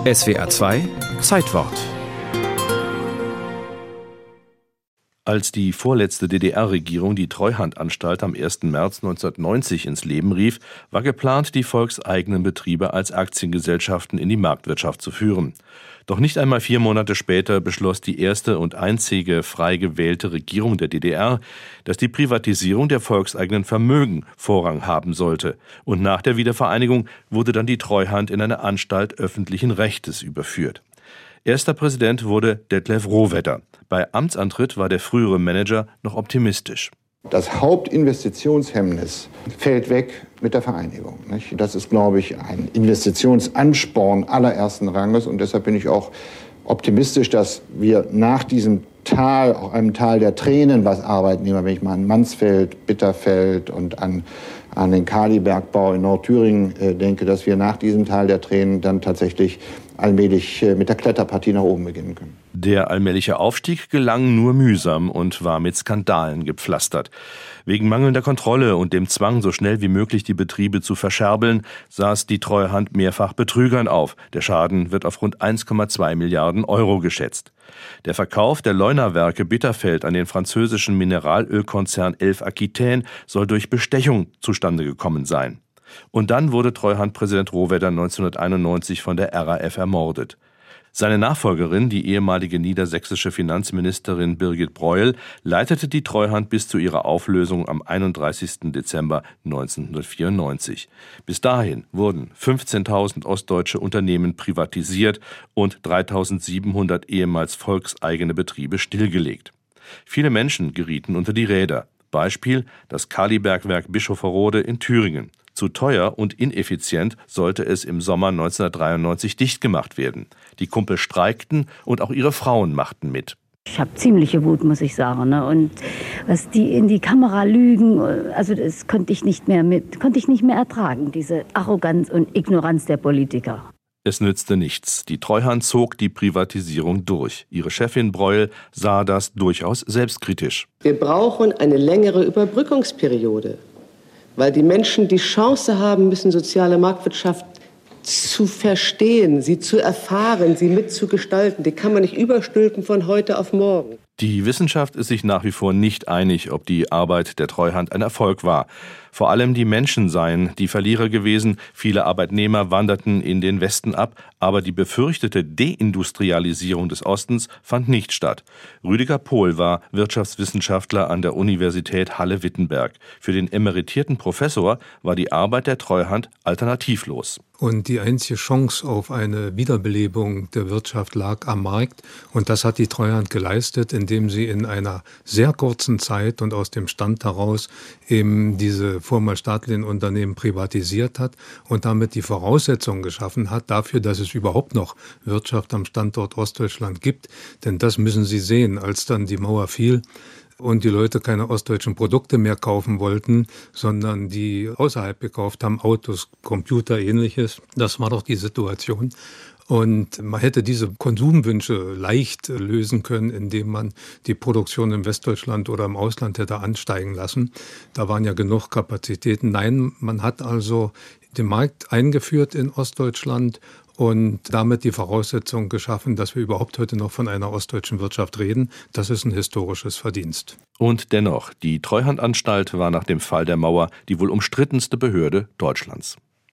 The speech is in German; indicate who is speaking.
Speaker 1: SWR 2 Zeitwort.
Speaker 2: Als die vorletzte DDR-Regierung die Treuhandanstalt am 1. März 1990 ins Leben rief, war geplant, die volkseigenen Betriebe als Aktiengesellschaften in die Marktwirtschaft zu führen. Doch nicht einmal 4 Monate später beschloss die erste und einzige frei gewählte Regierung der DDR, dass die Privatisierung der volkseigenen Vermögen Vorrang haben sollte. Und nach der Wiedervereinigung wurde dann die Treuhand in eine Anstalt öffentlichen Rechtes überführt. Erster Präsident wurde Detlev Rohwedder. Bei Amtsantritt war der frühere Manager noch optimistisch.
Speaker 3: Das Hauptinvestitionshemmnis fällt weg mit der Vereinigung. Das ist, glaube ich, ein Investitionsansporn allerersten Ranges. Und deshalb bin ich auch optimistisch, dass wir nach diesem Tal, auch einem Tal der Tränen, was Arbeitnehmer, wenn ich mal an Mansfeld, Bitterfeld und an den Kalibergbau in Nordthüringen denke, dass wir nach diesem Tal der Tränen dann tatsächlich allmählich mit der Kletterpartie nach oben beginnen können.
Speaker 2: Der allmähliche Aufstieg gelang nur mühsam und war mit Skandalen gepflastert. Wegen mangelnder Kontrolle und dem Zwang, so schnell wie möglich die Betriebe zu verscherbeln, saß die Treuhand mehrfach Betrügern auf. Der Schaden wird auf rund 1,2 Milliarden Euro geschätzt. Der Verkauf der Leunawerke Bitterfeld an den französischen Mineralölkonzern Elf Aquitaine soll durch Bestechung zustande gekommen sein. Und dann wurde Treuhandpräsident Rohwedder 1991 von der RAF ermordet. Seine Nachfolgerin, die ehemalige niedersächsische Finanzministerin Birgit Breuel, leitete die Treuhand bis zu ihrer Auflösung am 31. Dezember 1994. Bis dahin wurden 15.000 ostdeutsche Unternehmen privatisiert und 3.700 ehemals volkseigene Betriebe stillgelegt. Viele Menschen gerieten unter die Räder. Beispiel das Kalibergwerk Bischofferode in Thüringen. Zu teuer und ineffizient sollte es im Sommer 1993 dicht gemacht werden. Die Kumpel streikten und auch ihre Frauen machten mit.
Speaker 4: Ich habe ziemliche Wut, muss ich sagen. Und was die in die Kamera lügen, also das konnte ich nicht mehr ertragen, diese Arroganz und Ignoranz der Politiker.
Speaker 2: Es nützte nichts. Die Treuhand zog die Privatisierung durch. Ihre Chefin Breuel sah das durchaus selbstkritisch.
Speaker 5: Wir brauchen eine längere Überbrückungsperiode, weil die Menschen die Chance haben müssen, soziale Marktwirtschaft zu verstehen, sie zu erfahren, sie mitzugestalten. Die kann man nicht überstülpen von heute auf morgen.
Speaker 2: Die Wissenschaft ist sich nach wie vor nicht einig, ob die Arbeit der Treuhand ein Erfolg war. Vor allem die Menschen seien die Verlierer gewesen. Viele Arbeitnehmer wanderten in den Westen ab, aber die befürchtete Deindustrialisierung des Ostens fand nicht statt. Rüdiger Pohl war Wirtschaftswissenschaftler an der Universität Halle-Wittenberg. Für den emeritierten Professor war die Arbeit der Treuhand alternativlos.
Speaker 6: Und die einzige Chance auf eine Wiederbelebung der Wirtschaft lag am Markt. Und das hat die Treuhand geleistet, indem sie in einer sehr kurzen Zeit und aus dem Stand heraus eben diese vormals staatlichen Unternehmen privatisiert hat und damit die Voraussetzungen geschaffen hat dafür, dass es überhaupt noch Wirtschaft am Standort Ostdeutschland gibt. Denn das müssen Sie sehen, als dann die Mauer fiel und die Leute keine ostdeutschen Produkte mehr kaufen wollten, sondern die außerhalb gekauft haben, Autos, Computer, Ähnliches. Das war doch die Situation. Und man hätte diese Konsumwünsche leicht lösen können, indem man die Produktion in Westdeutschland oder im Ausland hätte ansteigen lassen. Da waren ja genug Kapazitäten. Nein, man hat also den Markt eingeführt in Ostdeutschland und damit die Voraussetzung geschaffen, dass wir überhaupt heute noch von einer ostdeutschen Wirtschaft reden. Das ist ein historisches Verdienst.
Speaker 2: Und dennoch, die Treuhandanstalt war nach dem Fall der Mauer die wohl umstrittenste Behörde Deutschlands.